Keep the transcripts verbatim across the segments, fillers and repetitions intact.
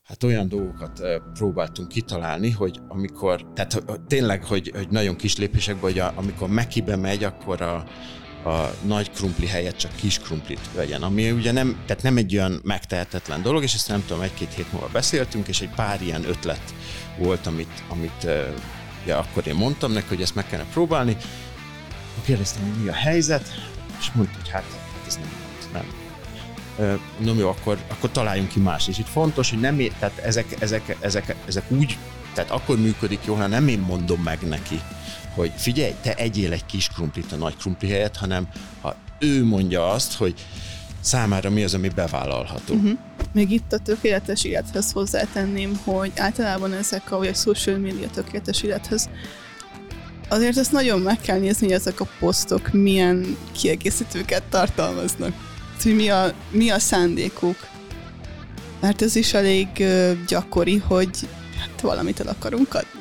hát olyan dolgokat próbáltunk kitalálni, hogy amikor, tehát tényleg, hogy, hogy nagyon kis lépésekben, hogy a, amikor Mekibe megy, akkor a, a nagy krumpli helyett csak kis krumplit vegyen, ami ugye nem, tehát nem egy olyan megtehetetlen dolog, és ezt nem tudom, egy-két hét múlva beszéltünk, és egy pár ilyen ötlet volt, amit, amit ja, akkor én mondtam neki, hogy ezt meg kellene próbálni. Kérdeztem, hogy mi a helyzet, és mondta, hogy hát, hát ez nem, nem. No jó, akkor, akkor találjunk ki más. És itt fontos, hogy nem, tehát ezek, ezek, ezek, ezek úgy, tehát akkor működik jól, ha nem én mondom meg neki, hogy figyelj, te egyél egy kis krumplit a nagy krumpli helyett, hanem ha ő mondja azt, hogy számára mi az, ami bevállalható. Uh-huh. Még itt a tökéletes élethez hozzátenném, hogy általában ezek a, vagy a social media tökéletes élethez, azért ezt nagyon meg kell nézni, hogy ezek a posztok milyen kiegészítőket tartalmaznak. Hogy mi a, mi a szándékuk. Mert ez is elég uh, gyakori, hogy hát valamit el akarunk adni.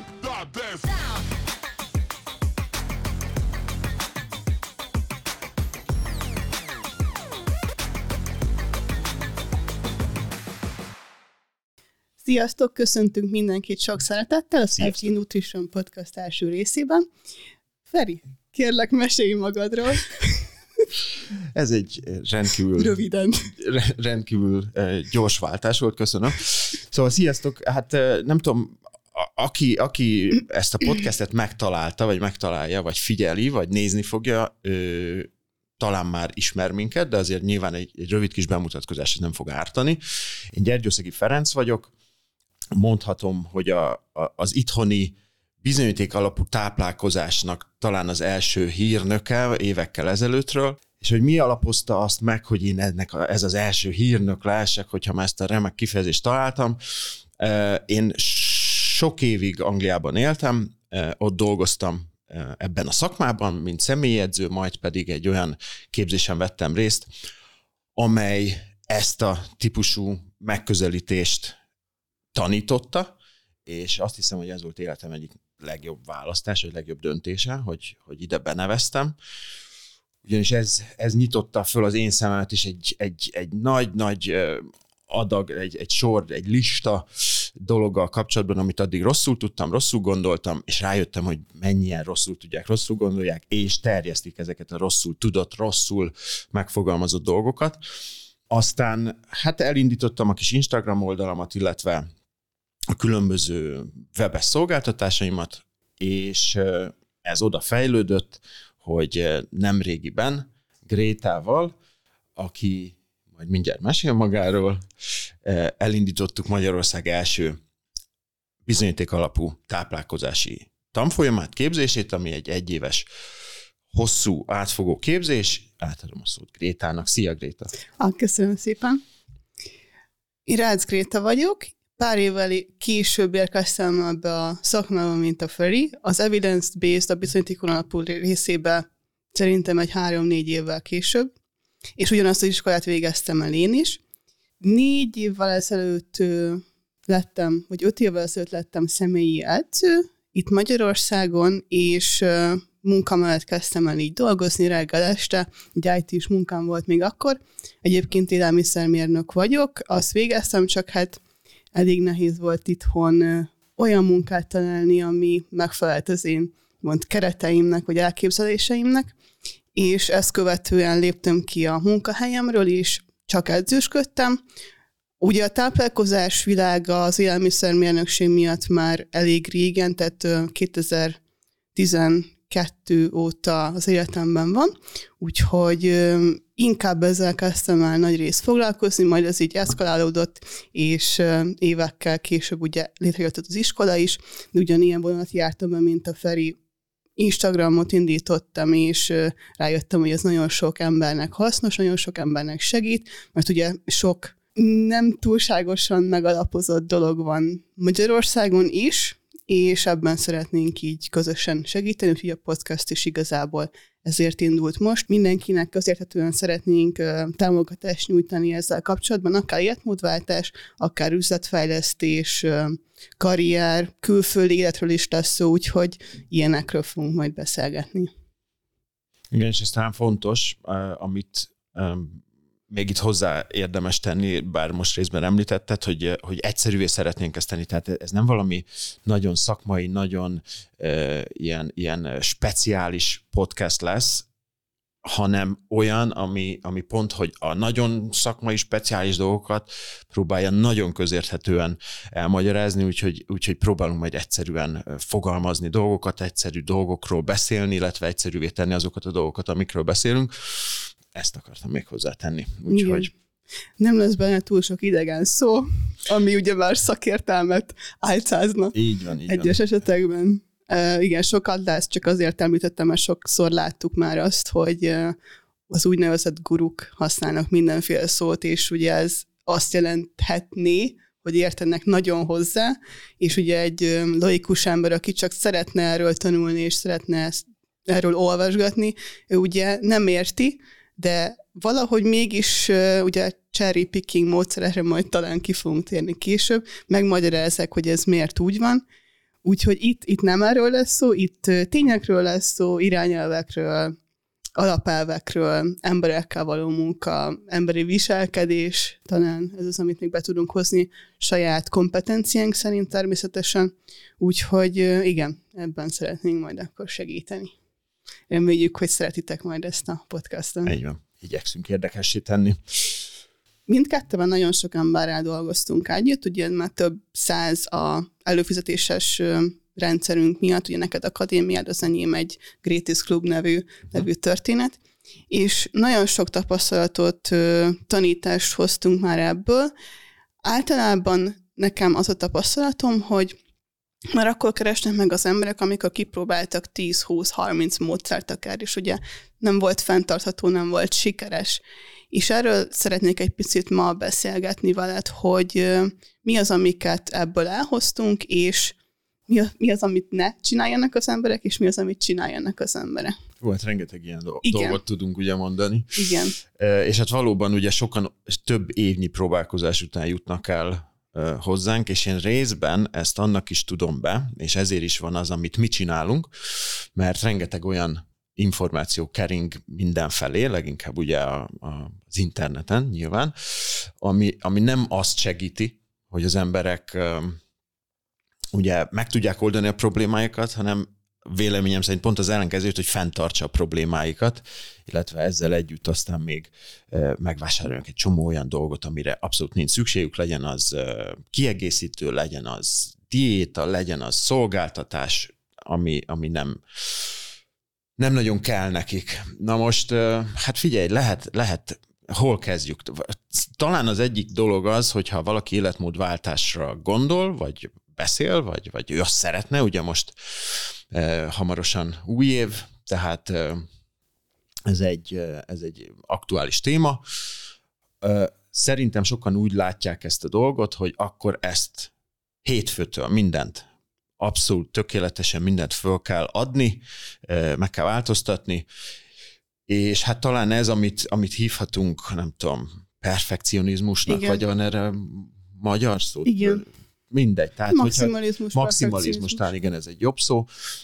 Sziasztok, köszöntünk mindenkit sok szeretettel a Safety Nutrition Podcast első részében. Feri, kérlek, mesélj magadról. Ez egy rendkívül, Röviden. rendkívül gyors váltás volt, köszönöm. Szóval sziasztok, hát nem tudom, aki, aki ezt a podcastet megtalálta, vagy megtalálja, vagy figyeli, vagy nézni fogja, ő, talán már ismer minket, de azért nyilván egy, egy rövid kis bemutatkozás nem fog ártani. Én Gyergyószegi Ferenc vagyok, mondhatom, hogy a, a, az itthoni bizonyíték alapú táplálkozásnak talán az első hírnöke évekkel ezelőttről, és hogy mi alapozta azt meg, hogy én ennek a, ez az első hírnök lehessek, hogyha már ezt a remek kifejezést találtam. Én sok évig Angliában éltem, ott dolgoztam ebben a szakmában, mint személyedző, majd pedig egy olyan képzésen vettem részt, amely ezt a típusú megközelítést tanította, és azt hiszem, hogy ez volt életem egyik legjobb választás, vagy legjobb döntése, hogy, hogy ide beneveztem. Ugyanis ez, ez nyitotta föl az én szememet is egy, egy, egy nagy-nagy adag, egy, egy sor, egy lista dologgal kapcsolatban, amit addig rosszul tudtam, rosszul gondoltam, és rájöttem, hogy mennyien rosszul tudják, rosszul gondolják, és terjesztik ezeket a rosszul tudott, rosszul megfogalmazott dolgokat. Aztán hát elindítottam a kis Instagram oldalamat, illetve a különböző webes szolgáltatásaimat, és ez oda fejlődött, hogy nem régiben Grétával, aki majd mindjárt mesél magáról, elindítottuk Magyarország első bizonyíték alapú táplálkozási tanfolyamát, képzését, ami egy egyéves hosszú, átfogó képzés. Átadom a szót Grétának. Szia, Gréta! Ah, köszönöm szépen! Irácz Gréta vagyok. Pár évvel később érkeztem ebbe a szakmába, mint a Feri. Az evidence-based, a bizonyítékon alapú részébe szerintem egy három-négy évvel később, és ugyanazt az iskolát végeztem el én is. Négy évvel ezelőtt lettem, vagy öt évvel ezelőtt lettem személyi edző itt Magyarországon, és munka mellett kezdtem el így dolgozni reggel este, egy í té-s munkám volt még akkor. Egyébként élelmiszermérnök vagyok, azt végeztem, csak hát elég nehéz volt itthon olyan munkát találni, ami megfelelt az én mond kereteimnek, vagy elképzeléseimnek, és ezt követően léptem ki a munkahelyemről, és csak edzősködtem. Ugye a táplálkozás világa az élelmiszermérnökség miatt már elég régen, tehát kétezer-tizenkettő óta az életemben van, úgyhogy inkább ezzel kezdtem el nagy részt foglalkozni, majd ez így eszkalálódott, és évekkel később ugye létrejött az iskola is, de ugyanilyen vonalat jártam be, mint a Feri. Instagramot indítottam, és rájöttem, hogy ez nagyon sok embernek hasznos, nagyon sok embernek segít, mert ugye sok nem túlságosan megalapozott dolog van Magyarországon is, és ebben szeretnénk így közösen segíteni, úgyhogy a podcast is igazából ezért indult most. Mindenkinek közérthetően szeretnénk uh, támogatást nyújtani ezzel kapcsolatban, akár életmódváltás, akár üzletfejlesztés, uh, karrier, külföldi életről is lesz szó, úgyhogy ilyenekről fogunk majd beszélgetni. Igen, és ez talán fontos, uh, amit um, még itt hozzá érdemes tenni, bár most részben említetted, hogy, hogy egyszerűvé szeretnénk ezt tenni. Tehát ez nem valami nagyon szakmai, nagyon uh, ilyen, ilyen speciális podcast lesz, hanem olyan, ami, ami pont, hogy a nagyon szakmai, speciális dolgokat próbálja nagyon közérthetően elmagyarázni, úgyhogy, úgyhogy próbálunk majd egyszerűen fogalmazni dolgokat, egyszerű dolgokról beszélni, illetve egyszerűvé tenni azokat a dolgokat, amikről beszélünk. Ezt akartam még hozzátenni. Úgyhogy... Nem lesz benne túl sok idegen szó, ami ugye már szakértelmet álcázna. Így van, így egyes van. esetekben. Uh, igen, sokat lesz, csak azért említettem, mert sokszor láttuk már azt, hogy uh, az úgynevezett guruk használnak mindenféle szót, és ugye ez azt jelenthetné, hogy értenek nagyon hozzá, és ugye egy um, laikus ember, aki csak szeretne erről tanulni, és szeretne ezt, erről olvasgatni, ő ugye nem érti, de valahogy mégis uh, ugye cherry picking módszerre majd talán ki fogunk térni később, megmagyarázzák, hogy ez miért úgy van. Úgyhogy itt, itt nem erről lesz szó, itt tényekről lesz szó, irányelvekről, alapelvekről, emberekkel való munka, emberi viselkedés, talán ez az, amit még be tudunk hozni saját kompetenciánk szerint természetesen. Úgyhogy igen, ebben szeretnénk majd akkor segíteni. Reméljük, hogy szeretitek majd ezt a podcastot. Így van, igyekszünk érdekessé tenni. Mindkettőben nagyon sok emberrel dolgoztunk együtt, ugye már több száz a előfizetéses rendszerünk miatt, ugye neked akadémiád, az enyém egy Greatest Club nevű, nevű történet, és nagyon sok tapasztalatot, tanítást hoztunk már ebből. Általában nekem az a tapasztalatom, hogy már akkor keresnek meg az emberek, amikor kipróbáltak tíz, húsz, harminc módszert akár, és ugye nem volt fenntartható, nem volt sikeres. És erről szeretnék egy picit ma beszélgetni veled, hogy mi az, amiket ebből elhoztunk, és mi az, amit ne csináljanak az emberek, és mi az, amit csináljanak az emberek. Volt rengeteg ilyen do- dolgot tudunk ugye mondani. Igen. E, és hát valóban ugye sokan több évnyi próbálkozás után jutnak el e, hozzánk, és én részben ezt annak is tudom be, és ezért is van az, amit mi csinálunk, mert rengeteg olyan információ kering mindenfelé, leginkább ugye a, a, az interneten nyilván, ami, ami nem azt segíti, hogy az emberek um, ugye meg tudják oldani a problémáikat, hanem véleményem szerint pont az ellenkezőt, hogy fenntartsa a problémáikat, illetve ezzel együtt aztán még uh, megvásároljanak egy csomó olyan dolgot, amire abszolút nincs szükségük, legyen az uh, kiegészítő, legyen az diéta, legyen az szolgáltatás, ami, ami nem nem nagyon kell nekik. Na most, hát figyelj, lehet, lehet, hol kezdjük? Talán az egyik dolog az, hogyha valaki életmódváltásra gondol, vagy beszél, vagy, vagy ő azt szeretne, ugye most eh, hamarosan új év, tehát eh, ez, egy, ez egy aktuális téma. Eh, szerintem sokan úgy látják ezt a dolgot, hogy akkor ezt hétfőtől mindent abszolút tökéletesen mindent föl kell adni, meg kell változtatni, és hát talán ez, amit, amit hívhatunk, nem tudom, perfekcionizmusnak, igen. Vagy van erre magyar szó? Igen. Mindegy. Tehát, maximalizmus. Maximalizmus, talán igen, ez egy jobb szó.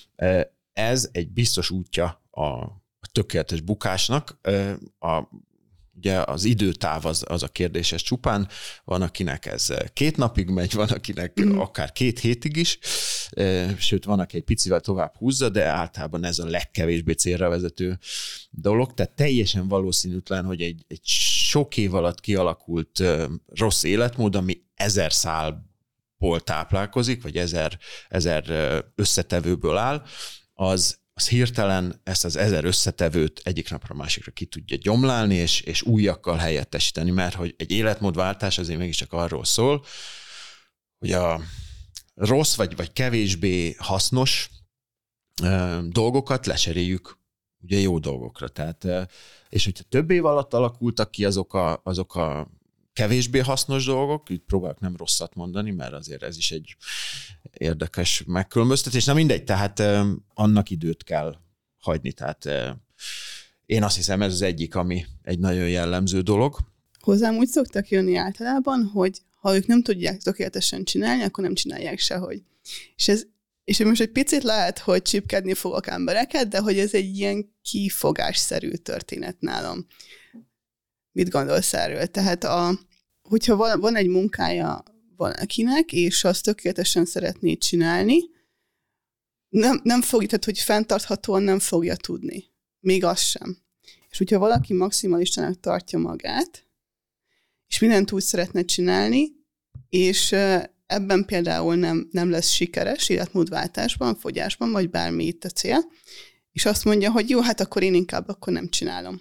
Ez egy biztos útja a, a tökéletes bukásnak. A Ugye az időtáv az, az a kérdéses csupán, van akinek ez két napig megy, van akinek mm. akár két hétig is, sőt van, aki egy picivel tovább húzza, de általában ez a legkevésbé célra vezető dolog, tehát teljesen valószínűtlen, hogy egy, egy sok év alatt kialakult rossz életmód, ami ezer szálból táplálkozik, vagy ezer, ezer összetevőből áll, az az hirtelen ezt az ezer összetevőt egyik napra a másikra ki tudja gyomlálni, és, és újakkal helyettesíteni, mert hogy egy életmódváltás azért mégiscsak arról szól, hogy a rossz vagy, vagy kevésbé hasznos uh, dolgokat lecseréljük ugye jó dolgokra. Tehát, uh, és hogyha több év alatt alakultak ki azok a, azok a kevésbé hasznos dolgok, itt próbálok nem rosszat mondani, mert azért ez is egy érdekes megkülönböztetés. Na mindegy, tehát uh, annak időt kell hagyni. Tehát uh, én azt hiszem, ez az egyik, ami egy nagyon jellemző dolog. Hozzám úgy szoktak jönni általában, hogy ha ők nem tudják tökéletesen csinálni, akkor nem csinálják sehogy. És ez és most egy picit lehet, hogy csipkedni fogok embereket, de hogy ez egy ilyen kifogásszerű történet nálam. Mit gondolsz erről? Tehát a, hogyha van, van egy munkája valakinek, és azt tökéletesen szeretné csinálni, nem, nem fogja, tehát hogy fenntarthatóan nem fogja tudni. Még az sem. És hogyha valaki maximalistának tartja magát, és mindent úgy szeretne csinálni, és ebben például nem, nem lesz sikeres életmódváltásban, fogyásban, vagy bármi itt a cél, és azt mondja, hogy jó, hát akkor én inkább akkor nem csinálom.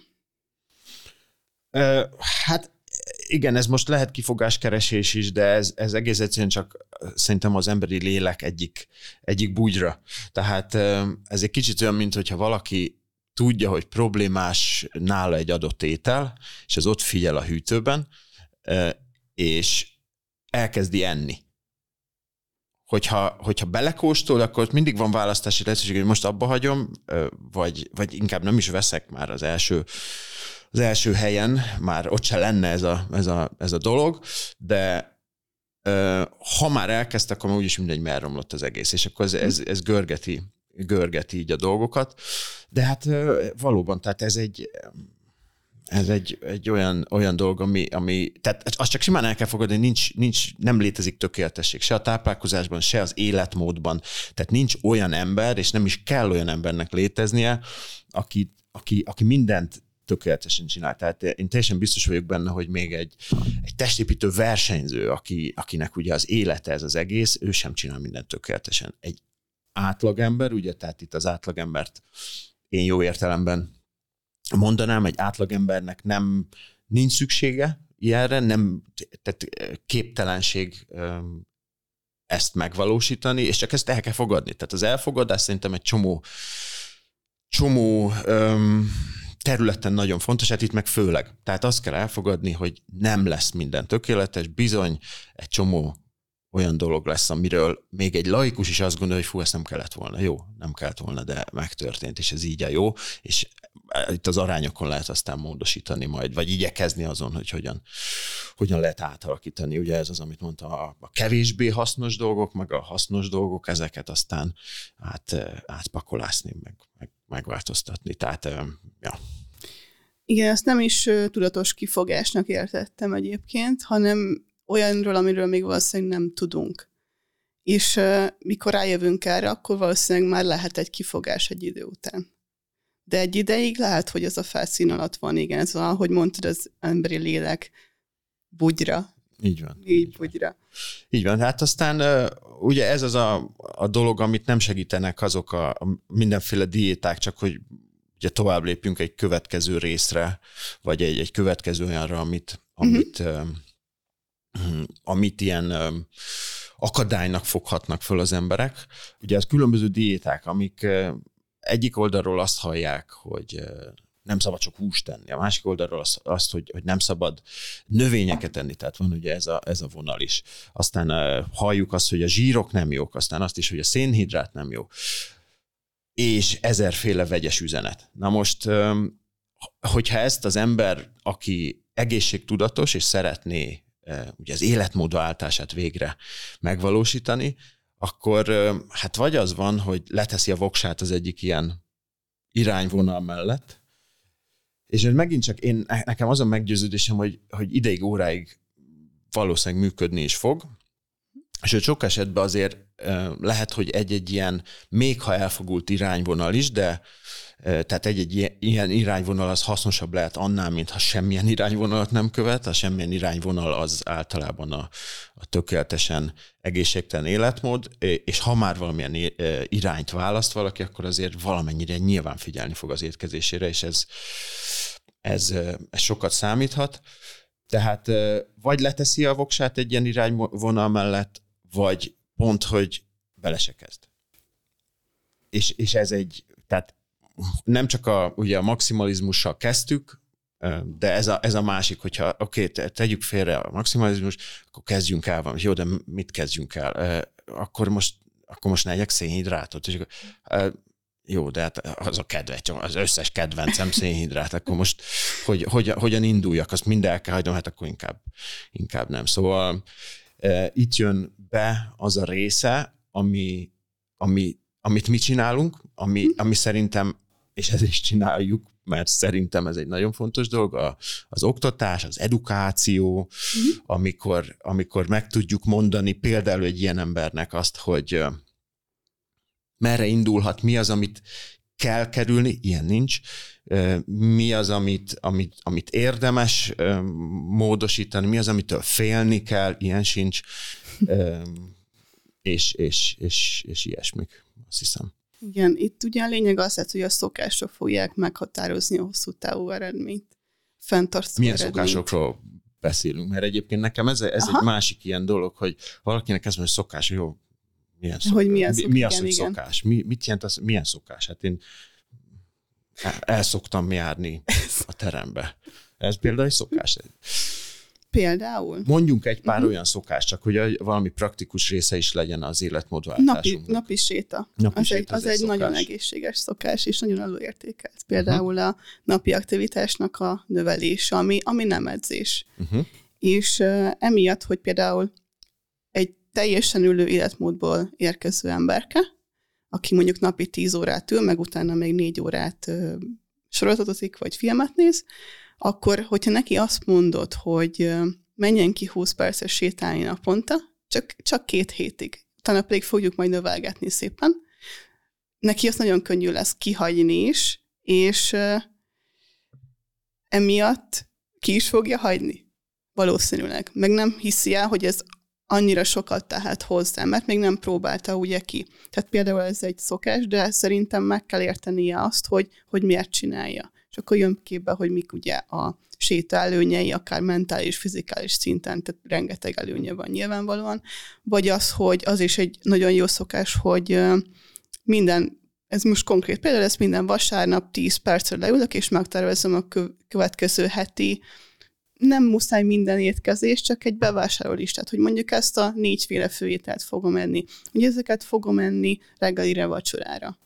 Uh, hát igen, ez most lehet kifogáskeresés is, de ez, ez egész egyszerűen csak szerintem az emberi lélek egyik, egyik bugyra. Tehát ez egy kicsit olyan, mint hogyha valaki tudja, hogy problémás nála egy adott étel, és az ott figyel a hűtőben, és elkezdi enni. Hogyha, hogyha belekóstol, akkor mindig van választási lehetőség, hogy most abba hagyom, vagy, vagy inkább nem is veszek már az első, az első helyen, már ott se lenne ez a, ez a, ez a dolog, de ha már elkezdte, akkor úgyis mindegy, mert elromlott az egész, és akkor ez, ez, ez görgeti, görgeti így a dolgokat. De hát valóban, tehát ez egy... Ez egy, egy olyan, olyan dolog, ami, ami, tehát azt csak simán el kell fogadni, nincs, nincs, nem létezik tökéletesség, se a táplálkozásban, se az életmódban. Tehát nincs olyan ember, és nem is kell olyan embernek léteznie, aki, aki, aki mindent tökéletesen csinál. Tehát én teljesen biztos vagyok benne, hogy még egy, egy testépítő versenyző, aki, akinek ugye az élete ez az egész, ő sem csinál mindent tökéletesen. Egy átlagember, ugye, tehát itt az átlagembert én jó értelemben mondanám, egy átlagembernek nem nincs szüksége ilyenre, nem, tehát képtelenség ezt megvalósítani, és csak ezt el kell fogadni. Tehát az elfogadás szerintem egy csomó, csomó területen nagyon fontos, hát itt meg főleg. Tehát azt kell elfogadni, hogy nem lesz minden tökéletes, bizony egy csomó olyan dolog lesz, amiről még egy laikus is azt gondolja, hogy fú, ezt nem kellett volna. Jó, nem kellett volna, de megtörtént, és ez így a jó, és itt az arányokon lehet aztán módosítani majd, vagy igyekezni azon, hogy hogyan, hogyan lehet átalakítani. Ugye ez az, amit mondta, a, a kevésbé hasznos dolgok, meg a hasznos dolgok, ezeket aztán át, átpakolászni, meg, meg megváltoztatni. Tehát, ja. Igen, ezt nem is tudatos kifogásnak értettem egyébként, hanem olyanról, amiről még valószínűleg nem tudunk. És uh, mikor rájövünk erre, akkor valószínűleg már lehet egy kifogás egy idő után. De egy ideig lehet, hogy az a felszín alatt van, igen, ez van, ahogy mondtad, az emberi lélek bugyra. Így van. Így, így bugyra. Van. Így van. Hát aztán uh, ugye ez az a, a dolog, amit nem segítenek azok a, a mindenféle diéták, csak hogy ugye tovább lépjünk egy következő részre, vagy egy, egy következő olyanra, amit, amit uh-huh. uh, amit ilyen um, akadálynak foghatnak föl az emberek. Ugye az különböző diéták, amik uh, egyik oldalról azt hallják, hogy uh, nem szabad csak húst tenni, a másik oldalról azt, azt hogy, hogy nem szabad növényeket enni, tehát van ugye ez a, ez a vonal is. Aztán uh, halljuk azt, hogy a zsírok nem jók, aztán azt is, hogy a szénhidrát nem jó. És ezerféle vegyes üzenet. Na most, um, hogyha ezt az ember, aki egészségtudatos és szeretné ugye az életmódváltását végre megvalósítani, akkor hát vagy az van, hogy leteszi a voksát az egyik ilyen irányvonal mellett, és ez megint csak én, nekem az a meggyőződésem, hogy, hogy ideig, óráig valószínűleg működni is fog, sőt sok esetben azért lehet, hogy egy-egy ilyen, még ha elfogult irányvonal is, de tehát egy-egy ilyen irányvonal az hasznosabb lehet annál, mintha semmilyen irányvonalat nem követ. A semmilyen irányvonal az általában a, a tökéletesen egészségtelen életmód, és ha már valamilyen irányt választ valaki, akkor azért valamennyire nyilván figyelni fog az étkezésére, és ez, ez, ez sokat számíthat. Tehát vagy leteszi a voksát egy ilyen irányvonal mellett, vagy pont, hogy bele se kezd. És, és ez egy, tehát nem csak a, ugye a maximalizmussal kezdtük, de ez a, ez a másik, hogyha oké, okay, tegyük félre a maximalizmus, akkor kezdjünk el valamit. Jó, de mit kezdjünk el? Akkor most, akkor most ne egyek szénhidrátot. És akkor, jó, de hát az a kedvenc, az összes kedvencem szénhidrát, akkor most hogy, hogy, hogyan induljak? Azt mind el kell hagynom, hát akkor inkább, inkább nem. Szóval itt jön be az a része, ami, ami, amit mi csinálunk, ami, ami szerintem, és ezt is csináljuk mert szerintem ez egy nagyon fontos dolog, a, az oktatás, az edukáció, uh-huh. amikor, amikor meg tudjuk mondani például egy ilyen embernek azt, hogy merre indulhat, mi az, amit kell kerülni, ilyen nincs, mi az, amit, amit, amit érdemes módosítani, mi az, amitől félni kell, ilyen sincs, és, és, és, és ilyesmik, azt hiszem. Igen, itt ugye a lényeg az, hogy a szokások fogják meghatározni a hosszú távú eredményt, fenntartó Milyen eredményt. szokásokról beszélünk? Mert egyébként nekem ez, ez egy másik ilyen dolog, hogy valakinek ez mondja, hogy szokás, jó, milyen szokás? Hogy milyen szokás? Mi, mi az, hogy igen. szokás? Mi, mit jelent az, milyen szokás? Hát én el szoktam járni a terembe. Ez például egy szokás. Például? Mondjunk egy pár uh-huh. olyan szokás, csak hogy valami praktikus része is legyen az életmódváltásunknak. Napi, napi séta. Napi az séta, egy, az egy egy nagyon szokás. egészséges szokás, és nagyon előértékelt. Például uh-huh. a napi aktivitásnak a növelése, ami, ami nem edzés. Uh-huh. És uh, emiatt, hogy például egy teljesen ülő életmódból érkező emberke, aki mondjuk napi tíz órát ül, meg utána még négy órát uh, sorozatozik, vagy filmet néz, akkor, hogyha neki azt mondod, hogy uh, menjen ki húsz perces sétálni naponta, csak, csak két hétig, utána pedig fogjuk majd növelgetni szépen, neki azt nagyon könnyű lesz kihagyni is, és uh, emiatt ki is fogja hagyni. Valószínűleg. Meg nem hiszi el, hogy ez annyira sokat tehet hozzá, mert még nem próbálta ugye ki. Tehát például ez egy szokás, de szerintem meg kell értenie azt, hogy, hogy miért csinálja. És akkor jön képbe, hogy mik ugye a séta előnyei, akár mentális, fizikális szinten, tehát rengeteg előnye van nyilvánvalóan. Vagy az, hogy az is egy nagyon jó szokás, hogy minden, ez most konkrét például, ez minden vasárnap tíz percre leülök, és megtervezem a következő heti, nem muszáj minden étkezés, csak egy bevásárlólistát, hogy mondjuk ezt a négyféle főételt fogom enni, hogy ezeket fogom enni reggelire, vacsorára.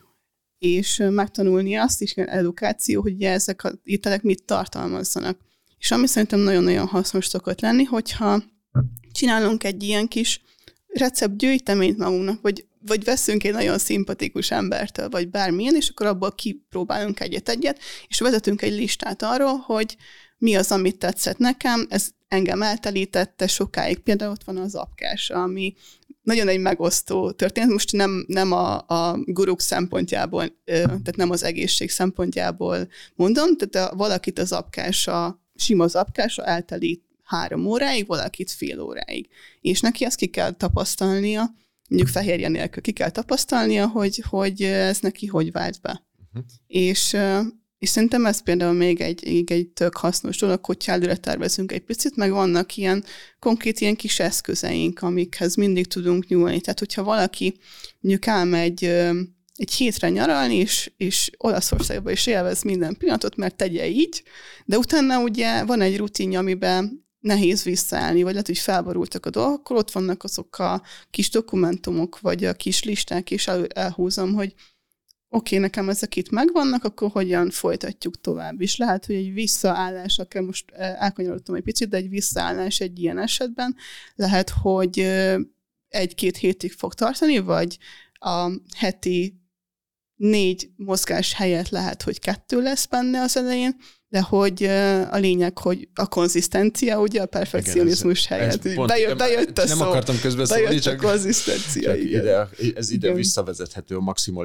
És megtanulni azt is, edukáció, hogy ezek az ételek mit tartalmazzanak. És ami szerintem nagyon-nagyon hasznos szokott lenni, hogyha csinálunk egy ilyen kis receptgyűjteményt magunknak, vagy, vagy veszünk egy nagyon szimpatikus embertől, vagy bármilyen, és akkor abból kipróbálunk egyet-egyet, és vezetünk egy listát arról, hogy mi az, amit tetszett nekem, ez engem eltelítette sokáig. Például ott van az apkás, ami nagyon egy megosztó történet. Most nem, nem a, a guruk szempontjából, tehát nem az egészség szempontjából mondom, tehát a, valakit az apkása, sima az apkása eltelít három óráig, valakit fél óráig. És neki azt ki kell tapasztalnia, mondjuk fehérje nélkül ki kell tapasztalnia, hogy, hogy ez neki hogy vált be. Uh-huh. És És szerintem ez például még egy, egy tök hasznos dolog, hogyha előre tervezünk egy picit, meg vannak ilyen konkrét ilyen kis eszközeink, amikhez mindig tudunk nyúlni. Tehát, hogyha valaki mondjuk elmegy egy hétre nyaralni, és, és Olaszországban is élvez minden pillanatot, mert tegye így, de utána ugye van egy rutinja, amiben nehéz visszaállni, vagy lehet, hogy felborultak a dolgok, akkor ott vannak azok a kis dokumentumok, vagy a kis listák, és el, elhúzom, hogy oké, okay, nekem ezek itt megvannak, akkor hogyan folytatjuk tovább is. Lehet, hogy egy visszaállás, akár most elkanyarodtam egy picit, de egy visszaállás egy ilyen esetben lehet, hogy egy-két hétig fog tartani, vagy a heti négy mozgás helyett lehet, hogy kettő lesz benne az elején, de hogy a lényeg, hogy a konzisztencia, ugye a perfekcionizmus igen, ez, helyett. Ez pont, bejött, bejött a nem szó. akartam közbeszólni, csak, a konzisztencia, csak ide, ez ide igen. visszavezethető a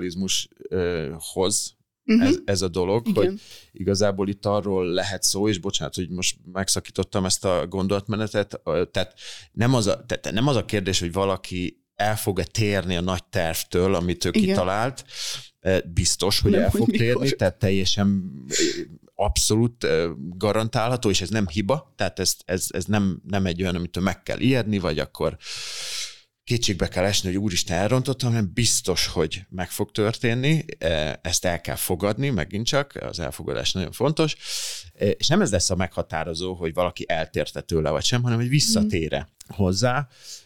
maximalizmushoz, uh-huh. ez, ez a dolog, igen. hogy igazából itt arról lehet szó, és bocsánat, hogy most megszakítottam ezt a gondolatmenetet, tehát nem az a, tehát nem az a kérdés, hogy valaki el fog-e térni a nagy tervtől, amit ő igen. kitalált, biztos, hogy nem, el fog hogy térni, mikor. Tehát teljesen abszolút garantálható, és ez nem hiba, tehát ez, ez, ez nem, nem egy olyan, amitől meg kell ijedni, vagy akkor kétségbe kell esni, hogy úristen elrontottam, hanem biztos, hogy meg fog történni, ezt el kell fogadni, megint csak, az elfogadás nagyon fontos, és nem ez lesz a meghatározó, hogy valaki eltérte tőle, vagy sem, hanem hogy visszatér hozzá,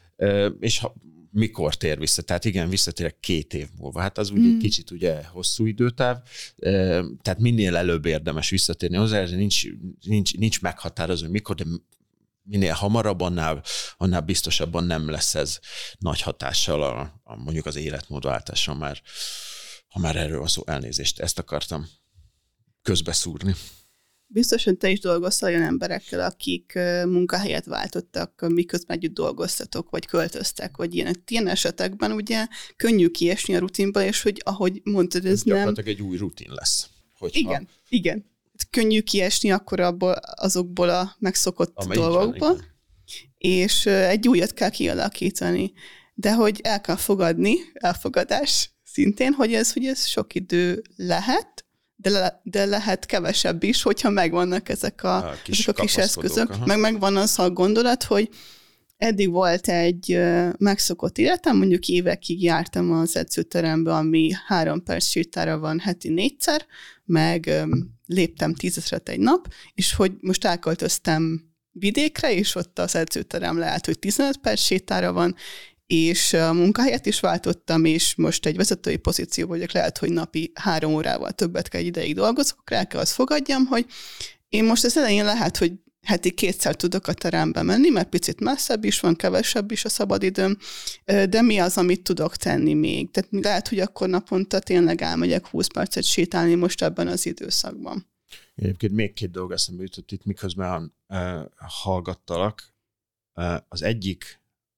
és ha mikor tér vissza? Tehát igen, visszatérek két év múlva. Hát az úgy mm. egy kicsit ugye hosszú időtáv, tehát minél előbb érdemes visszatérni hozzá, ez nincs, nincs, nincs meghatározó, hogy mikor, de minél hamarabb, annál, annál biztosabban nem lesz ez nagy hatással a, a mondjuk az életmódváltásra már, ha már erről van szó, elnézést, ezt akartam közbeszúrni. Biztosan te is dolgoztál olyan emberekkel, akik munkahelyet váltottak, miközben együtt dolgoztatok, vagy költöztek, vagy ilyen, ilyen esetekben ugye könnyű kiesni a rutinba, és hogy ahogy mondtad, ez, ez nem... Gyakorlatilag egy új rutin lesz. Hogyha... Igen, igen. Könnyű kiesni akkor abból, azokból a megszokott Amely dolgokból, és egy újat kell kialakítani. De hogy el kell fogadni, elfogadás szintén, hogy ez, hogy ez sok idő lehet, de, le, de lehet kevesebb is, hogyha megvannak ezek a, a kis, ezek a kis eszközök. Aha. Meg megvan az a gondolat, hogy eddig volt egy megszokott életem, mondjuk évekig jártam az edzőterembe, ami három perc sétára van heti négyszer, meg um, léptem tízezret egy nap, és hogy most elköltöztem vidékre, és ott az edzőterem lehet, hogy tizenöt perc sétára van, és a munkahelyet is váltottam, és most egy vezetői pozíció vagyok, lehet, hogy napi három órával többet kell egy ideig dolgozok, akkor el kell azt fogadjam, hogy én most az elején lehet, hogy heti kétszer tudok a terembe menni, mert picit messzebb is van, kevesebb is a szabadidőm, de mi az, amit tudok tenni még? Tehát lehet, hogy akkor naponta tényleg elmegyek húsz percet sétálni most ebben az időszakban. Egyébként még két dolog eszembe jutott itt, miközben uh, hallgattalak. Uh, az egyik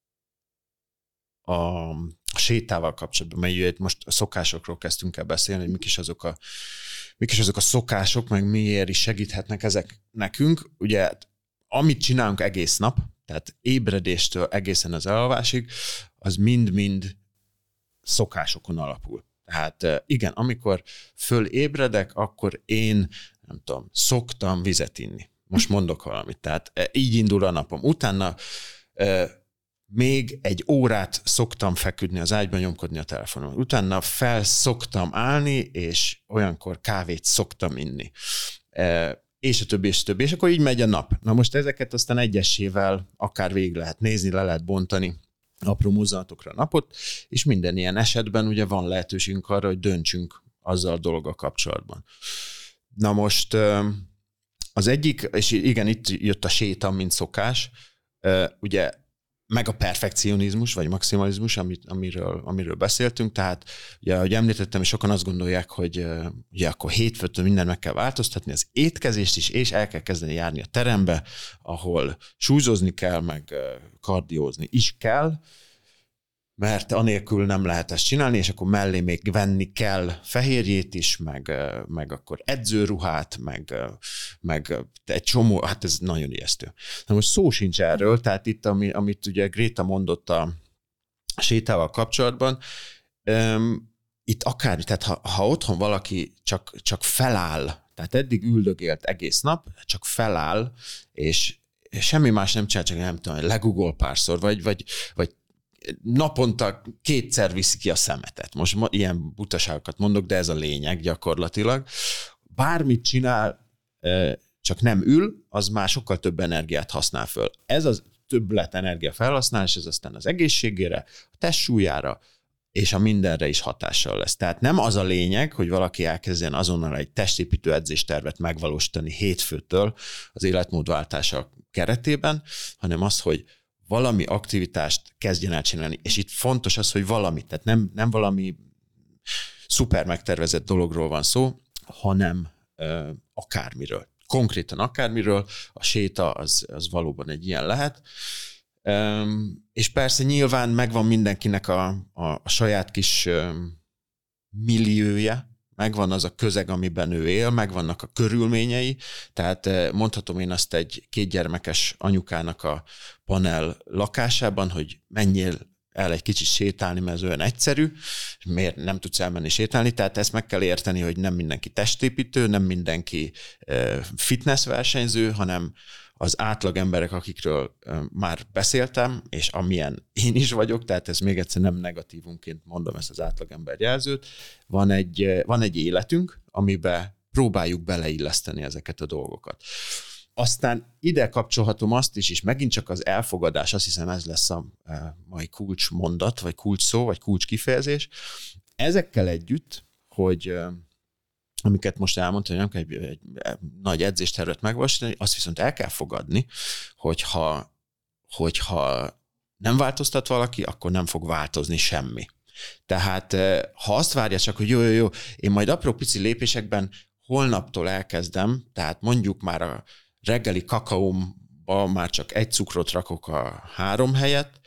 a, a sétával kapcsolatban, mert most a szokásokról kezdtünk el beszélni, hogy mik is azok a mik is azok a szokások, meg miért is segíthetnek ezek nekünk. Ugye, amit csinálunk egész nap, tehát ébredéstől egészen az elalvásig, az mind-mind szokásokon alapul. Tehát igen, amikor fölébredek, akkor én, nem tudom, szoktam vizet inni. Most mondok valamit. Tehát így indul a napom. Utána még egy órát szoktam feküdni az ágyban, nyomkodni a telefonon. Utána fel szoktam állni, és olyankor kávét szoktam inni. E, és a többi, és a többi. És akkor így megy a nap. Na most ezeket aztán egyesével akár végig lehet nézni, le lehet bontani apró mozzanatokra a napot, és minden ilyen esetben ugye van lehetőségünk arra, hogy döntsünk azzal a dologgal kapcsolatban. Na most az egyik, és igen, itt jött a séta, mint szokás, ugye meg a perfekcionizmus, vagy maximalizmus, amit, amiről, amiről beszéltünk. Tehát, ugye, ahogy említettem, és sokan azt gondolják, hogy ugye akkor hétfőtől mindent meg kell változtatni, az étkezést is, és el kell kezdeni járni a terembe, ahol súlyozni kell, meg kardiózni is kell, mert anélkül nem lehet ezt csinálni, és akkor mellé még venni kell fehérjét is, meg, meg akkor edzőruhát, meg, meg egy csomó, hát ez nagyon ijesztő. Na most szó sincs erről, tehát itt, ami, amit ugye Gréta mondott a sétával kapcsolatban, um, itt akármi, tehát ha, ha otthon valaki csak, csak feláll, tehát eddig üldögélt egész nap, csak feláll, és semmi más nem csinál, csak nem tudom, legugol párszor, vagy, vagy, vagy naponta kétszer viszi ki a szemetet. Most ma ilyen butaságokat mondok, de ez a lényeg gyakorlatilag. Bármit csinál, csak nem ül, az már sokkal több energiát használ föl. Ez az többlet energia felhasználás, ez aztán az egészségére, a testsúlyára, és a mindenre is hatással lesz. Tehát nem az a lényeg, hogy valaki elkezdjen azonnal egy testépítő edzéstervet megvalósítani hétfőtől az életmódváltása keretében, hanem az, hogy valami aktivitást kezdjen el csinálni. És itt fontos az, hogy valami, tehát nem, nem valami szuper megtervezett dologról van szó, hanem ö, akármiről. Konkrétan akármiről, a séta az, az valóban egy ilyen lehet. Ö, és persze nyilván megvan mindenkinek a, a, a saját kis ö, milliója, megvan az a közeg, amiben ő él, megvannak a körülményei, tehát mondhatom én azt egy kétgyermekes anyukának a panel lakásában, hogy menjél el egy kicsit sétálni, mert ez olyan egyszerű, miért nem tudsz elmenni sétálni, tehát ezt meg kell érteni, hogy nem mindenki testépítő, nem mindenki fitness versenyző, hanem az átlag emberek, akikről már beszéltem, és amilyen én is vagyok, tehát ez még egyszer nem negatívunként mondom ezt az átlagember jelzőt, van egy, van egy életünk, amiben próbáljuk beleilleszteni ezeket a dolgokat. Aztán ide kapcsolhatom azt is, és megint csak az elfogadás, azt hiszem ez lesz a mai kulcsmondat, vagy kulcsszó, vagy kulcskifejezés. Ezekkel együtt, hogy amiket most elmondtam, hogy nem kell egy, egy, egy nagy edzéstervet megvalósítani, azt viszont el kell fogadni, hogyha, hogyha nem változtat valaki, akkor nem fog változni semmi. Tehát ha azt várja csak, hogy jó, jó, jó, én majd apró pici lépésekben holnaptól elkezdem, tehát mondjuk már a reggeli kakaómba már csak egy cukrot rakok a három helyett,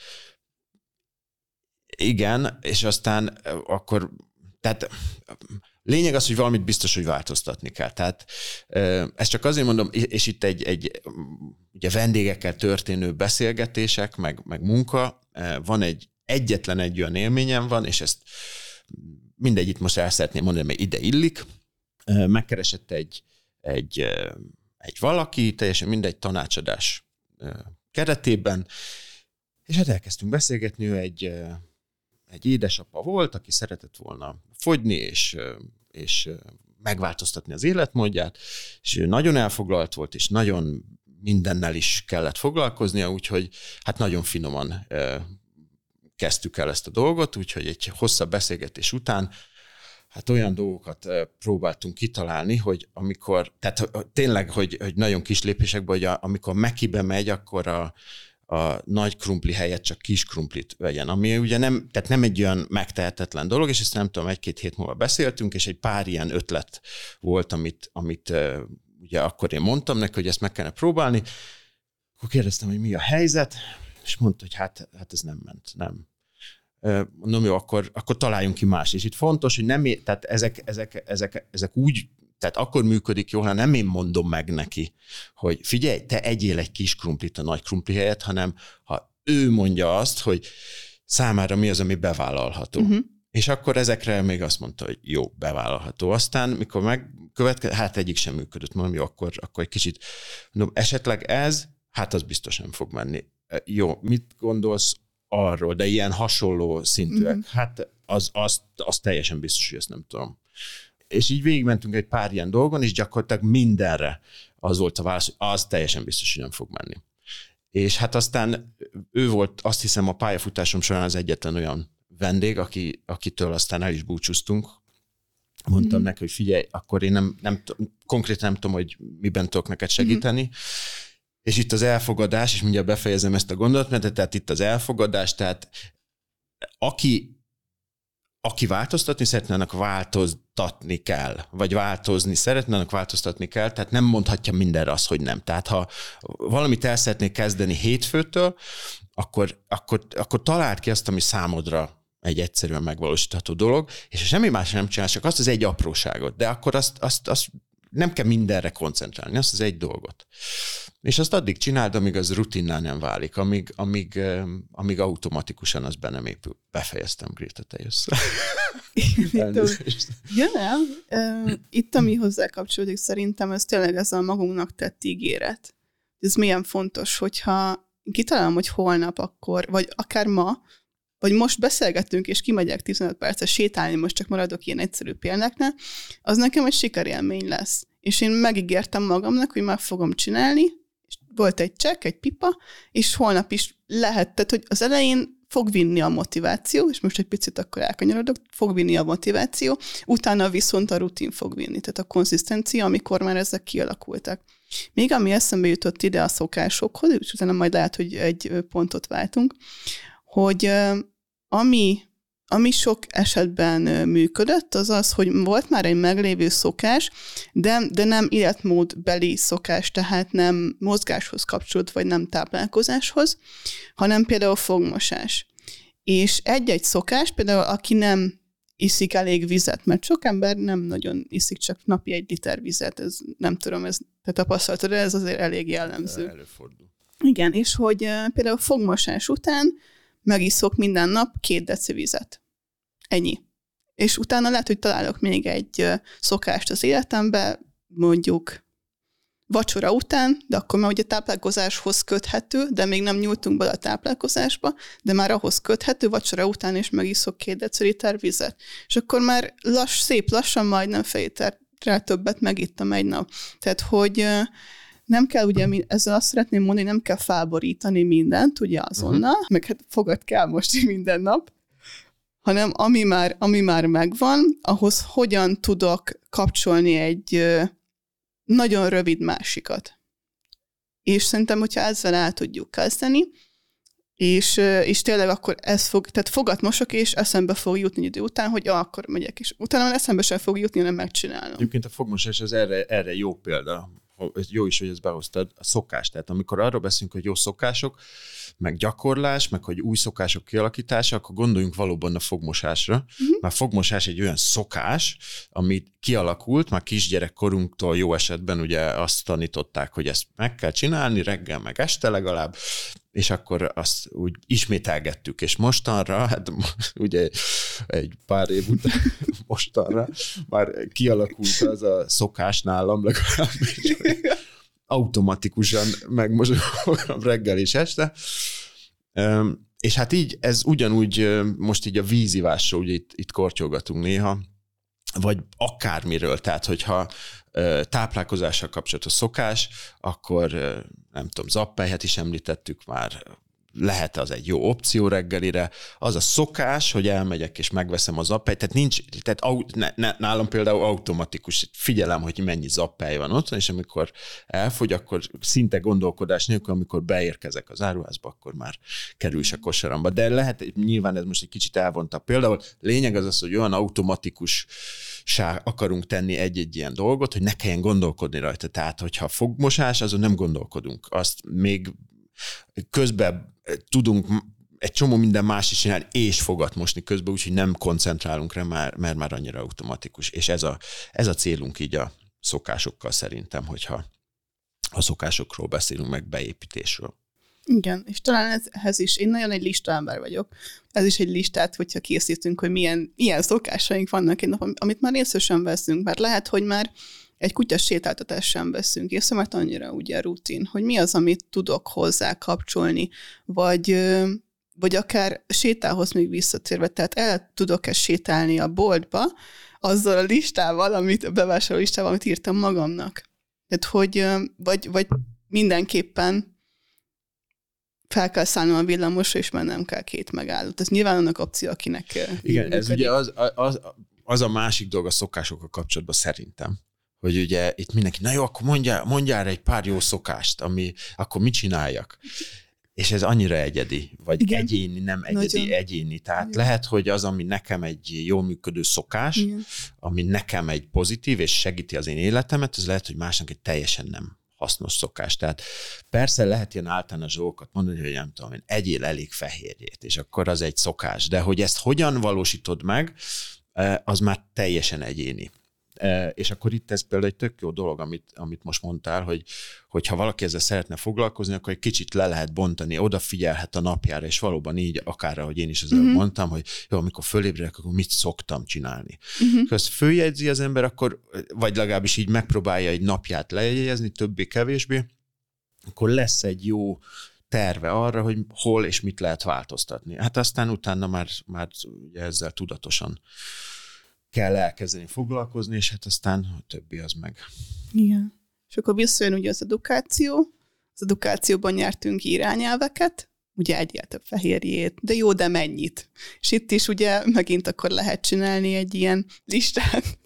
igen, és aztán akkor, tehát lényeg az, hogy valamit biztos, hogy változtatni kell. Tehát ezt csak azért mondom, és itt egy, egy ugye vendégekkel történő beszélgetések, meg, meg munka, van egy, egyetlen egy olyan élményem van, és ezt mindegyit most el szeretném mondani, mert ide illik. Megkeresett egy, egy, egy valaki, teljesen mindegy tanácsadás keretében, és hát elkezdtünk beszélgetni, ő egy, egy édesapa volt, aki szeretett volna fogyni, és, és megváltoztatni az életmódját, és ő nagyon elfoglalt volt, és nagyon mindennel is kellett foglalkoznia, úgyhogy hát nagyon finoman kezdtük el ezt a dolgot, úgyhogy egy hosszabb beszélgetés után hát olyan dolgokat próbáltunk kitalálni, hogy amikor, tehát tényleg, hogy, hogy nagyon kis lépésekben, hogy a, amikor Mekibe megy, akkor a, a nagy krumpli helyett csak kis krumplit vegyen, ami ugye nem, tehát nem egy olyan megtehetetlen dolog, és ezt nem tudom, egy-két hét múlva beszéltünk, és egy pár ilyen ötlet volt, amit, amit ugye akkor én mondtam neki, hogy ezt meg kellene próbálni. Akkor kérdeztem, hogy mi a helyzet, és mondta, hogy hát, hát ez nem ment, nem. Mondom, jó, akkor, akkor találjunk ki más. És itt fontos, hogy nem, tehát ezek, ezek, ezek, ezek úgy, tehát akkor működik jól, ha nem én mondom meg neki, hogy figyelj, te egyél egy kis krumplit a nagy krumpli helyett, hanem ha ő mondja azt, hogy számára mi az, ami bevállalható. Uh-huh. És akkor ezekre még azt mondta, hogy jó, bevállalható. Aztán, mikor megkövetkezett, hát egyik sem működött, mondom, jó, akkor, akkor egy kicsit, mondom, esetleg ez, hát az biztos nem fog menni. Jó, mit gondolsz arról, de ilyen hasonló szintűek. Mm-hmm. Hát az, az, az teljesen biztos, hogy ezt nem tudom. És így végigmentünk egy pár ilyen dolgon, és gyakorlatilag mindenre az volt a válasz, hogy az teljesen biztos, hogy nem fog menni. És hát aztán ő volt, azt hiszem, a pályafutásom során az egyetlen olyan vendég, aki, akitől aztán el is búcsúztunk. Mondtam mm-hmm. neki, hogy figyelj, akkor én nem, nem konkrétan nem tudom, hogy miben tudok neked segíteni, mm-hmm. És itt az elfogadás, és mindjárt befejezem ezt a gondolatmenetet, tehát itt az elfogadás, tehát aki, aki változtatni szeretne, annak változtatni kell, vagy változni szeretne, annak változtatni kell, tehát nem mondhatja mindenre azt, hogy nem. Tehát ha valamit el szeretnék kezdeni hétfőtől, akkor, akkor, akkor találd ki azt, ami számodra egy egyszerűen megvalósítható dolog, és ha semmi más nem csinál, csak azt az egy apróságot, de akkor azt, azt, azt nem kell mindenre koncentrálni, azt az egy dolgot. És azt addig csináld, amíg az rutinná nem válik, amíg, amíg, amíg automatikusan az be nem épül. Befejeztem, Gréta, te jössz. Ja, nem. Itt, ami hozzá kapcsolódik, szerintem ez tényleg ez a magunknak tett ígéret. Ez milyen fontos, hogyha kitalálom, hogy holnap akkor, vagy akár ma, vagy most beszélgettünk, és kimegyek tizenöt percet sétálni, most csak maradok ilyen egyszerű példáknál, az nekem egy sikerélmény lesz. És én megígértem magamnak, hogy meg fogom csinálni, és volt egy csekk, egy pipa, és holnap is lehet, tehát, hogy az elején fog vinni a motiváció, és most egy picit akkor elkanyarodok, fog vinni a motiváció, utána viszont a rutin fog vinni, tehát a konzisztencia, amikor már ezek kialakultak. Még ami eszembe jutott ide a szokásokhoz, és utána majd lehet, hogy egy pontot váltunk, hogy ami, ami sok esetben működött, az az, hogy volt már egy meglévő szokás, de, de nem életmódbeli szokás, tehát nem mozgáshoz kapcsolódott, vagy nem táplálkozáshoz, hanem például fogmosás. És egy-egy szokás, például aki nem iszik elég vizet, mert sok ember nem nagyon iszik, csak napi egy liter vizet, ez nem tudom, ez te tapasztaltad, de ez azért elég jellemző. Előfordul. Igen, és hogy például fogmosás után megiszok minden nap két deci vizet. Ennyi. És utána lehet, hogy találok még egy szokást az életembe, mondjuk vacsora után, de akkor már ugye táplálkozáshoz köthető, de még nem nyúltunk bele a táplálkozásba, de már ahhoz köthető, vacsora után is megiszok két deciliter vizet. És akkor már lass, szép lassan majdnem fél literrel többet megittam egy nap. Tehát, hogy nem kell, ugye ezzel azt szeretném mondani, nem kell felborítani mindent, ugye azonnal, uh-huh. meg hát fogad kell most minden nap, hanem ami már, ami már megvan, ahhoz hogyan tudok kapcsolni egy nagyon rövid másikat. És szerintem, hogyha ezzel el tudjuk kezdeni, És, és tényleg akkor ez fog, tehát fogat mosok, és eszembe fog jutni idő után, hogy ah, akkor megyek, és utána eszembe sem fog jutni, hanem megcsinálom. Egyébként a fogmosás az erre, erre jó példa. Jó is, hogy ezt behoztad, a szokás. Tehát amikor arról beszélünk, hogy jó szokások, meg gyakorlás, meg hogy új szokások kialakítása, akkor gondoljunk valóban a fogmosásra. Uh-huh. Már fogmosás egy olyan szokás, ami kialakult, már kisgyerekkorunktól jó esetben ugye azt tanították, hogy ezt meg kell csinálni, reggel meg este legalább, és akkor azt úgy ismételgettük, és mostanra, hát ugye egy pár év után mostanra már kialakult az a szokás nálam legalábbis, automatikusan megmosogom reggel és este. És hát így, ez ugyanúgy most így a vízivásról, ugye itt, itt kortyolgatunk néha, vagy akármiről, tehát hogyha táplálkozással kapcsolatos szokás, akkor nem tudom, zappelyhet is említettük már, lehet az egy jó opció reggelire, az a szokás, hogy elmegyek és megveszem a zappelyt, tehát nincs, tehát ne, ne, nálam például automatikus, figyelem, hogy mennyi zappely van ott, és amikor elfogy, akkor szinte gondolkodás nélkül, amikor beérkezek az áruházba, akkor már kerül is a kosaramba. De lehet, nyilván ez most egy kicsit elvonta. Például lényeg az az, hogy olyan automatikus akarunk tenni egy-egy ilyen dolgot, hogy ne kelljen gondolkodni rajta. Tehát, hogyha fogmosás, azon nem gondolkodunk. Azt még közben tudunk egy csomó minden más is csinálni, és fogat mosni közben, úgyhogy nem koncentrálunk rá, mert, mert már annyira automatikus. És ez a, ez a célunk így a szokásokkal szerintem, hogyha a szokásokról beszélünk, meg beépítésről. Igen, és talán ez, ehhez is, én nagyon egy listáember vagyok, ez is egy listát, hogyha készítünk, hogy milyen, milyen szokásaink vannak egy nap, amit már észre sem veszünk, mert lehet, hogy már egy kutyás sétáltatást sem veszünk észre, mert annyira ugye rutin, hogy mi az, amit tudok hozzá kapcsolni, vagy, vagy akár sétához még visszatérve, tehát el tudok-e sétálni a boltba azzal a listával, amit, a bevásárló listával, amit írtam magamnak. Tehát, hogy vagy, vagy mindenképpen fel kell szállnom a villamosra, és mennem kell két megállót. Ez nyilván annak opció, akinek igen, működik. Ez ugye az, az, az a másik dolog a szokásokkal kapcsolatban szerintem, hogy ugye itt mindenki, na jó, akkor mondjál, mondjál egy pár jó szokást, ami, akkor mit csináljak? És ez annyira egyedi, vagy igen. egyéni, nem egyedi, nagyon egyéni. Tehát igen. Lehet, hogy az, ami nekem egy jól működő szokás, igen. ami nekem egy pozitív, és segíti az én életemet, az lehet, hogy másnak egy teljesen nem hasznos szokás. Tehát persze lehet ilyen általános dolgokat mondani, hogy nem tudom, egyél elég fehérjét, és akkor az egy szokás. De hogy ezt hogyan valósítod meg, az már teljesen egyéni. És akkor itt ez például egy tök jó dolog, amit, amit most mondtál, hogy hogyha valaki ezzel szeretne foglalkozni, akkor egy kicsit le lehet bontani, odafigyelhet a napjára, és valóban így, akár ahogy én is ezzel uh-huh. mondtam, hogy jó, amikor fölébredek, akkor mit szoktam csinálni. Uh-huh. Ha ezt följegyzi az ember, akkor, vagy legalábbis így megpróbálja egy napját lejegyezni, többé-kevésbé, akkor lesz egy jó terve arra, hogy hol és mit lehet változtatni. Hát aztán utána már, már ugye ezzel tudatosan kell elkezdeni foglalkozni, és hát aztán a többi az meg. Igen. És akkor visszajön ugye az edukáció. Az edukációban nyertünk irányelveket, ugye egyél több fehérjét, de jó, de mennyit? És itt is ugye megint akkor lehet csinálni egy ilyen listát,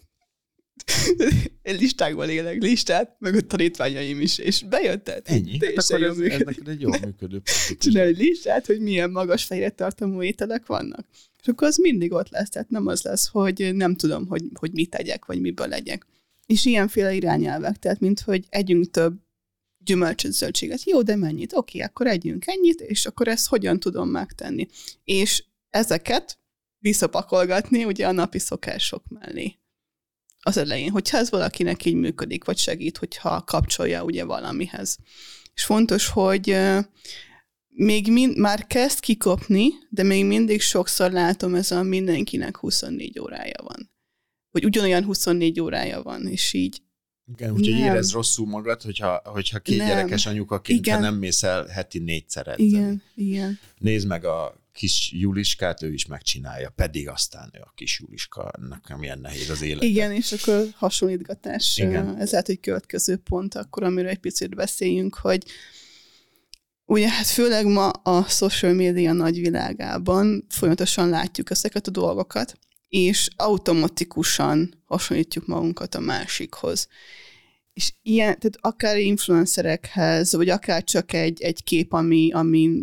egy listákban élek listát, meg a tanítványaim is, és bejöttet. Ennyi, hát akkor ez, ez neked egy jól működő. Csinálj egy listát, hogy milyen magas fehérjét tartalmú ételek vannak. És akkor az mindig ott lesz, tehát nem az lesz, hogy nem tudom, hogy, hogy mit tegyek, vagy miből legyek. És ilyenféle irányelvek, tehát mint, hogy együnk több gyümölcsöt, zöldséget. Jó, de mennyit? Oké, akkor együnk ennyit, és akkor ezt hogyan tudom megtenni. És ezeket visszapakolgatni ugye a napi szokások mellé. Az elején, hogyha ez valakinek így működik, vagy segít, hogyha kapcsolja ugye valamihez. És fontos, hogy még mind, már kezd kikopni, de még mindig sokszor látom, ez a mindenkinek huszonnégy órája van. Vagy ugyanolyan huszonnégy órája van, és így igen, úgyhogy érezd rosszul magad, hogyha, hogyha két nem. gyerekes anyukaként nem. nem mész el heti négyszer edzeni. Igen, igen. Nézd meg a kis Juliskát, ő is megcsinálja, pedig aztán ő a kis Juliska, nekem milyen nehéz az élet. Igen, és akkor hasonlítgatás, igen. Ez lehet, hogy következő pont, akkor amiről egy picit beszéljünk, hogy ugye hát főleg ma a social media nagyvilágában folyamatosan látjuk ezeket a dolgokat, és automatikusan hasonlítjuk magunkat a másikhoz. És ilyen, tehát akár influencerekhez, vagy akár csak egy, egy kép, ami, ami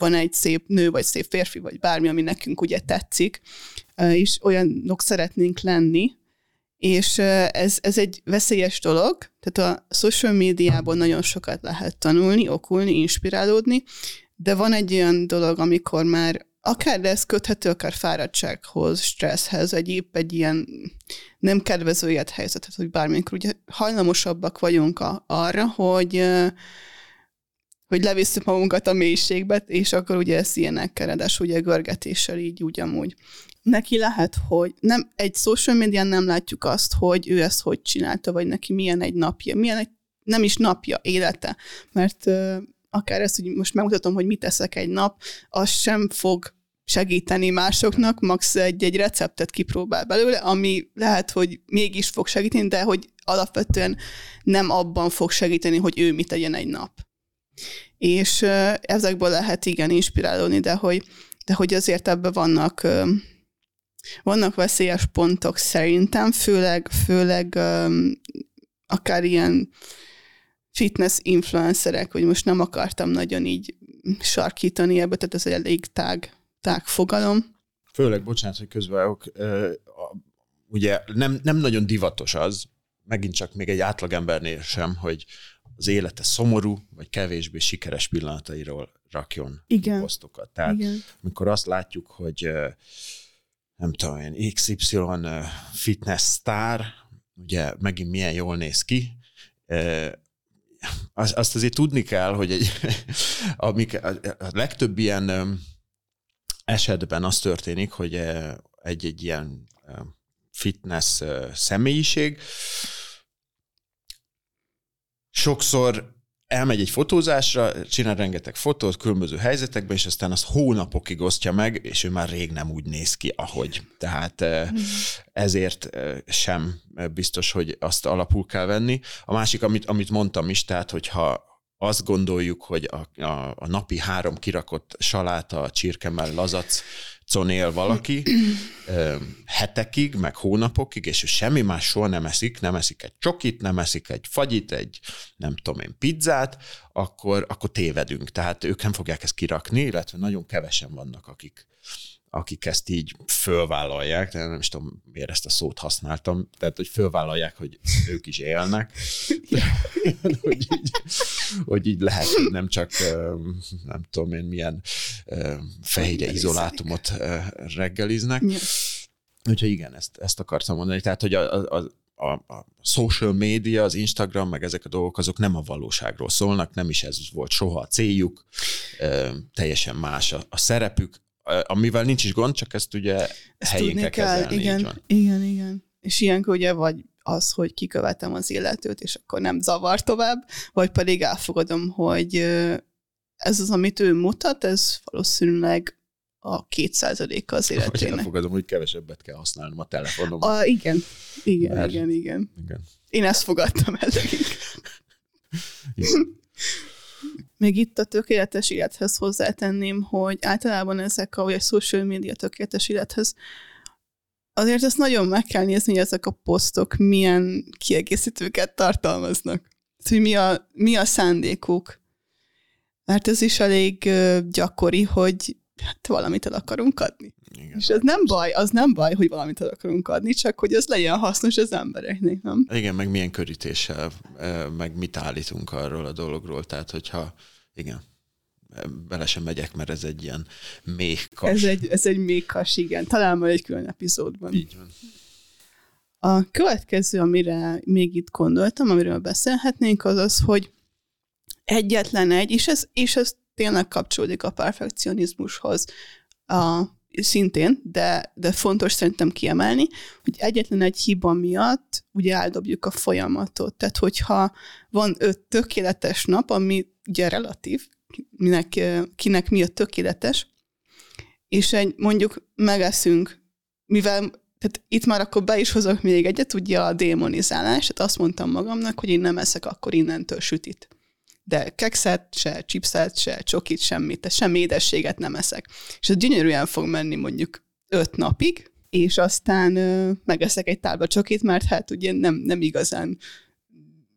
van egy szép nő, vagy szép férfi, vagy bármi, ami nekünk ugye tetszik, és olyanok szeretnénk lenni, és ez, ez egy veszélyes dolog, tehát a social médiában nagyon sokat lehet tanulni, okulni, inspirálódni, de van egy olyan dolog, amikor már akár ez köthető, akár fáradtsághoz, stresszhez, vagy épp egy ilyen nem kedvező élethelyzetet, hogy bármikor ugye hajlamosabbak vagyunk a, arra, hogy, hogy levisszük magunkat a mélységbe, és akkor ugye ez ilyenekkel, ráadásul ugye görgetéssel így úgy amúgy. Neki lehet, hogy nem, egy social médián nem látjuk azt, hogy ő ezt hogy csinálta, vagy neki milyen egy napja, milyen egy, nem is napja, élete, mert akár ezt, hogy most megmutatom, hogy mit teszek egy nap, az sem fog segíteni másoknak, max egy, egy receptet kipróbál belőle, ami lehet, hogy mégis fog segíteni, de hogy alapvetően nem abban fog segíteni, hogy ő mit tegyen egy nap. És ezekből lehet igen inspirálódni, de hogy, de hogy azért ebben vannak, vannak veszélyes pontok szerintem, főleg, főleg akár ilyen fitness influencerek, hogy most nem akartam nagyon így sarkítani ebbe, tehát ez egy elég tág, tág fogalom. Főleg, bocsánat, hogy közvágok, ugye nem, nem nagyon divatos az, megint csak még egy átlagembernél sem, hogy az élete szomorú, vagy kevésbé sikeres pillanatairól rakjon Igen. posztokat. Tehát Igen. amikor azt látjuk, hogy nem tudom én, iksz ipszilon fitness sztár, ugye megint milyen jól néz ki, azt azért tudni kell, hogy egy, amik, a legtöbb ilyen esetben az történik, hogy egy-egy ilyen fitness személyiség sokszor elmegy egy fotózásra, csinál rengeteg fotót különböző helyzetekben, és aztán azt hónapokig osztja meg, és ő már rég nem úgy néz ki, ahogy. Tehát ezért sem biztos, hogy azt alapul kell venni. A másik, amit, amit mondtam is, tehát hogyha azt gondoljuk, hogy a, a, a napi három kirakott saláta, csirkemell, lazacon él valaki hetekig, meg hónapokig, és ő semmi más soha nem eszik, nem eszik egy csokit, nem eszik egy fagyit, egy nem tudom én pizzát, akkor, akkor tévedünk. Tehát ők nem fogják ezt kirakni, illetve nagyon kevesen vannak, akik, akik ezt így fölvállalják, de nem is tudom, miért ezt a szót használtam, tehát, hogy fölvállalják, hogy ők is élnek, hogy, így, hogy így lehet, hogy nem csak, nem tudom én, milyen fehérje izolátumot reggeliznek. Ja. Úgyhogy igen, ezt, ezt akartam mondani. Tehát, hogy a, a, a, a social media, az Instagram, meg ezek a dolgok, azok nem a valóságról szólnak, nem is ez volt soha a céljuk, teljesen más a, a szerepük, amivel nincs is gond, csak ezt ugye ezt helyén kell kezelni. Igen, igen, igen. És ilyenkor ugye vagy az, hogy kikövetem az illetőt, és akkor nem zavar tovább, vagy pedig elfogadom, hogy ez az, amit ő mutat, ez valószínűleg a két százaléka az életének. Vagy elfogadom, hogy kevesebbet kell használnom a telefonomat. A, igen, igen, Mert... igen, igen, igen. Én ezt fogadtam el. Még itt a tökéletes élethez hozzátenném, hogy általában ezek a, vagy a social media tökéletes élethez, azért ezt nagyon meg kell nézni, hogy ezek a posztok milyen kiegészítőket tartalmaznak. Hogy mi a, mi a szándékuk. Mert ez is elég gyakori, hogy hát valamit el akarunk adni. Igen. És ez nem baj, az nem baj, hogy valamit el akarunk adni, csak hogy ez legyen hasznos az embereknek, nem? Igen, meg milyen körítéssel, meg mit állítunk arról a dologról, tehát hogyha, igen, bele sem megyek, mert ez egy ilyen méhkas. Ez egy, ez egy méhkas, igen. Talán majd egy külön epizódban. Így van. A következő, amire még itt gondoltam, amiről beszélhetnénk, az az, hogy egyetlen egy, és ez, és ez tényleg kapcsolódik a perfekcionizmushoz a, szintén, de, de fontos szerintem kiemelni, hogy egyetlen egy hiba miatt ugye eldobjuk a folyamatot. Tehát, hogyha van öt tökéletes nap, ami ugye relatív, minek, kinek mi a tökéletes, és egy, mondjuk megeszünk, mivel, tehát itt már akkor be is hozok még egyet, ugye a démonizálás, tehát azt mondtam magamnak, hogy én nem eszek akkor innentől sütit. De kekszet, se chipset, se csokit, semmit, tehát semmi édességet nem eszek. És ez gyönyörűen fog menni mondjuk öt napig, és aztán ö, megeszek egy tálba csokit, mert hát ugye nem, nem igazán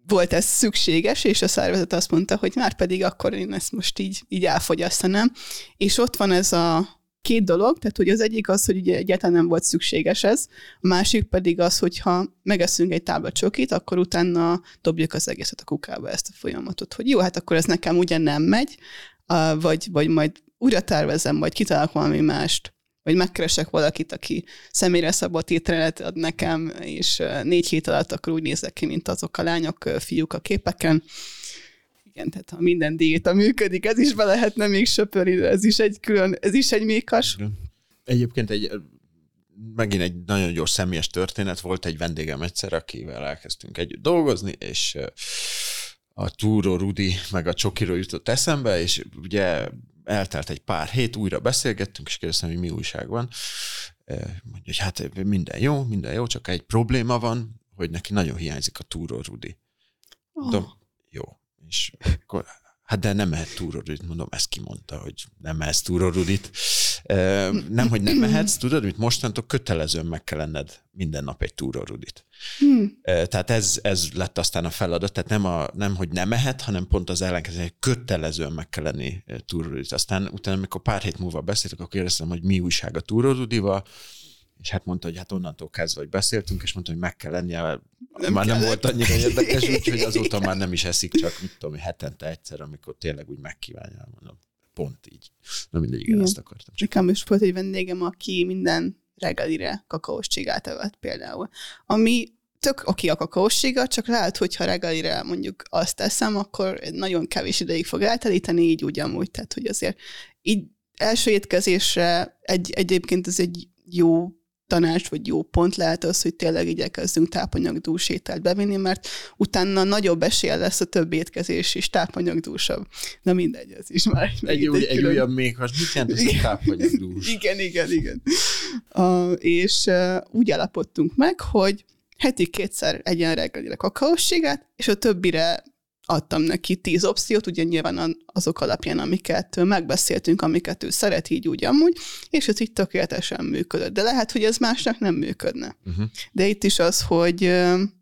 volt ez szükséges, és a szervezet azt mondta, hogy már pedig akkor én ezt most így, így elfogyasztanám. És ott van ez a két dolog, tehát hogy az egyik az, hogy ugye egyáltalán nem volt szükséges ez, a másik pedig az, hogyha megeszünk egy tábla csokit, akkor utána dobjuk az egészet a kukába, ezt a folyamatot, hogy jó, hát akkor ez nekem ugye nem megy, vagy, vagy majd újra tervezem, vagy kitalálok valami mást, vagy megkeresek valakit, aki személyre szabott étrendet ad nekem, és négy hét alatt akkor úgy nézek ki, mint azok a lányok, fiúk a képeken. Igen, tehát ha minden diéta működik, ez is be lehetne még söpörni, ez is egy külön, ez is egy mékas. Egyébként egy, megint egy nagyon gyors személyes történet, volt egy vendégem egyszer, akivel elkezdtünk együtt dolgozni, és a Túró Rudi meg a csokiról jutott eszembe, és ugye eltelt egy pár hét, újra beszélgettünk, és kérdeztem, hogy mi újság van. Mondja, hogy hát minden jó, minden jó, csak egy probléma van, hogy neki nagyon hiányzik a Túró Rudi. Mondom, oh. Jó. És akkor, hát de nem mehet Túró Rudit, mondom, ezt kimondta, hogy nem mehetsz Túró Rudit. Nem, hogy nem mehetsz, tudod, hogy mostantól kötelezően meg kell lenned minden nap egy Túró Rudit. Hmm. Tehát ez, ez lett aztán a feladat, tehát nem, a, nem, hogy nem mehet, hanem pont az ellenkező, hogy kötelezően meg kell lenni Túró Rudit. Aztán utána, amikor pár hét múlva beszéltük, akkor kérdeztem, hogy mi újság a Túró Rudival, és hát mondta, hogy hát onnantól kezdve, hogy beszéltünk, és mondta, hogy meg kell lennie, nem már nem volt annyira érdekes, úgyhogy azóta már nem is eszik, csak mit tudom, hetente egyszer, amikor tényleg úgy megkívánja, mondom, pont így. Na mindegy, igen, ezt akartam. Nekem is volt egy vendégem, aki minden reggelire kakaós csigát evett például. Ami tök oké a kakaós csiga, csak lehet, hogyha reggelire mondjuk azt teszem, akkor nagyon kevés ideig fog eltelíteni, így ugyanúgy. Tehát, hogy azért így első étkezésre egy, egyébként ez egy jó tanács, vagy jó pont lehet az, hogy tényleg igyekezzünk tápanyagdús ételt bevinni, mert utána nagyobb esélye lesz a több étkezés is tápanyagdúsabb. Na mindegy, ez is már egy, egy, egy, egy újabb méhas. Mit jelent ez a tápanyagdús? Igen, igen, igen. Uh, és uh, úgy állapodtunk meg, hogy heti kétszer egyen reggelire kakaós csigát, és a többire adtam neki tíz opciót, ugye nyilván azok alapján, amiket megbeszéltünk, amiket ő szeret így úgy amúgy, és ez így tökéletesen működött. De lehet, hogy ez másnak nem működne. Uh-huh. De itt is az, hogy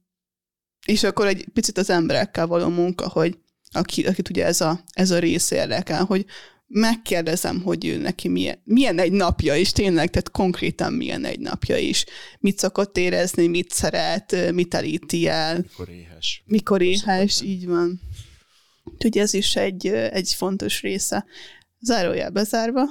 és akkor egy picit az emberekkel való munka, hogy aki, akit ugye ez a, ez a rész érdekel, hogy megkérdezem, hogy ő neki milyen, milyen egy napja is, tényleg, tehát konkrétan milyen egy napja is. Mit szokott érezni, mit szeret, mit elíti el. Mikor éhes. Mikor éhes, így van. Úgyhogy ez is egy, egy fontos része. Zárójel bezárva.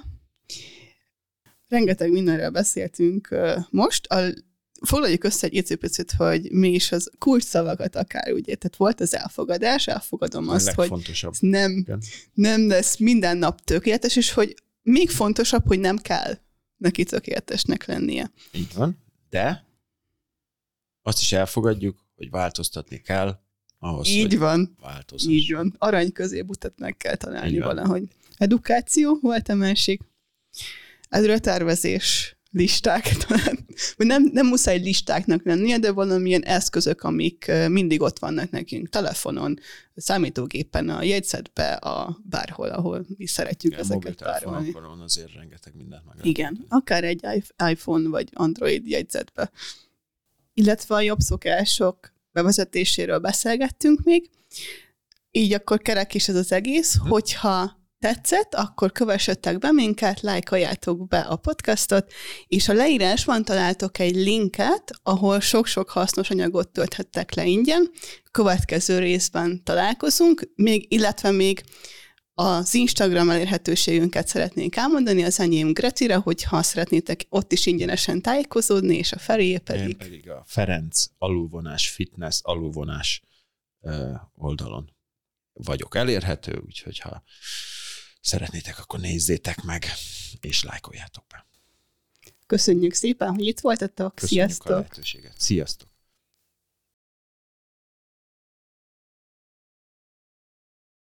Rengeteg mindenről beszéltünk most. A, foglaljuk össze egy icipicit, hogy mi is az kulcsszavakat akár úgy. Tehát volt az elfogadás, elfogadom azt, hogy nem, nem lesz minden nap tökéletes, és hogy még fontosabb, hogy nem kell neki tökéletesnek lennie. Így van, de azt is elfogadjuk, hogy változtatni kell ahhoz, így hogy van. változhass. Így van. Arany középutat meg kell találni valahogy. Edukáció volt a másik. Előretervezés, listák talán. Nem, nem muszáj listáknak lennie, de valamilyen eszközök, amik mindig ott vannak nekünk. Telefonon, számítógépen, a jegyzetbe, a bárhol, ahol mi szeretjük igen, ezeket tárolni. Mobiltelefonon azért rengeteg mindent meg. Igen, akár egy iPhone vagy Android jegyzetbe. Illetve a jobb szokások bevezetéséről beszélgettünk még. Így akkor kerek is ez az egész, hm. hogyha tetszett, akkor kövessetek be minket, lájkoljátok be a podcastot, és a leírásban találtok egy linket, ahol sok-sok hasznos anyagot tölthettek le ingyen. Következő részben találkozunk, még, illetve még az Instagram elérhetőségünket szeretnénk elmondani, az enyém Gretire, hogyha szeretnétek ott is ingyenesen tájékozódni, és a Ferié pedig... Én pedig a Ferenc alulvonás, fitness alulvonás oldalon vagyok elérhető, úgyhogy ha szeretnétek, akkor nézzétek meg, és lájkoljátok be. Köszönjük szépen, hogy itt voltatok. Köszönjük Sziasztok! a lehetőséget. Sziasztok!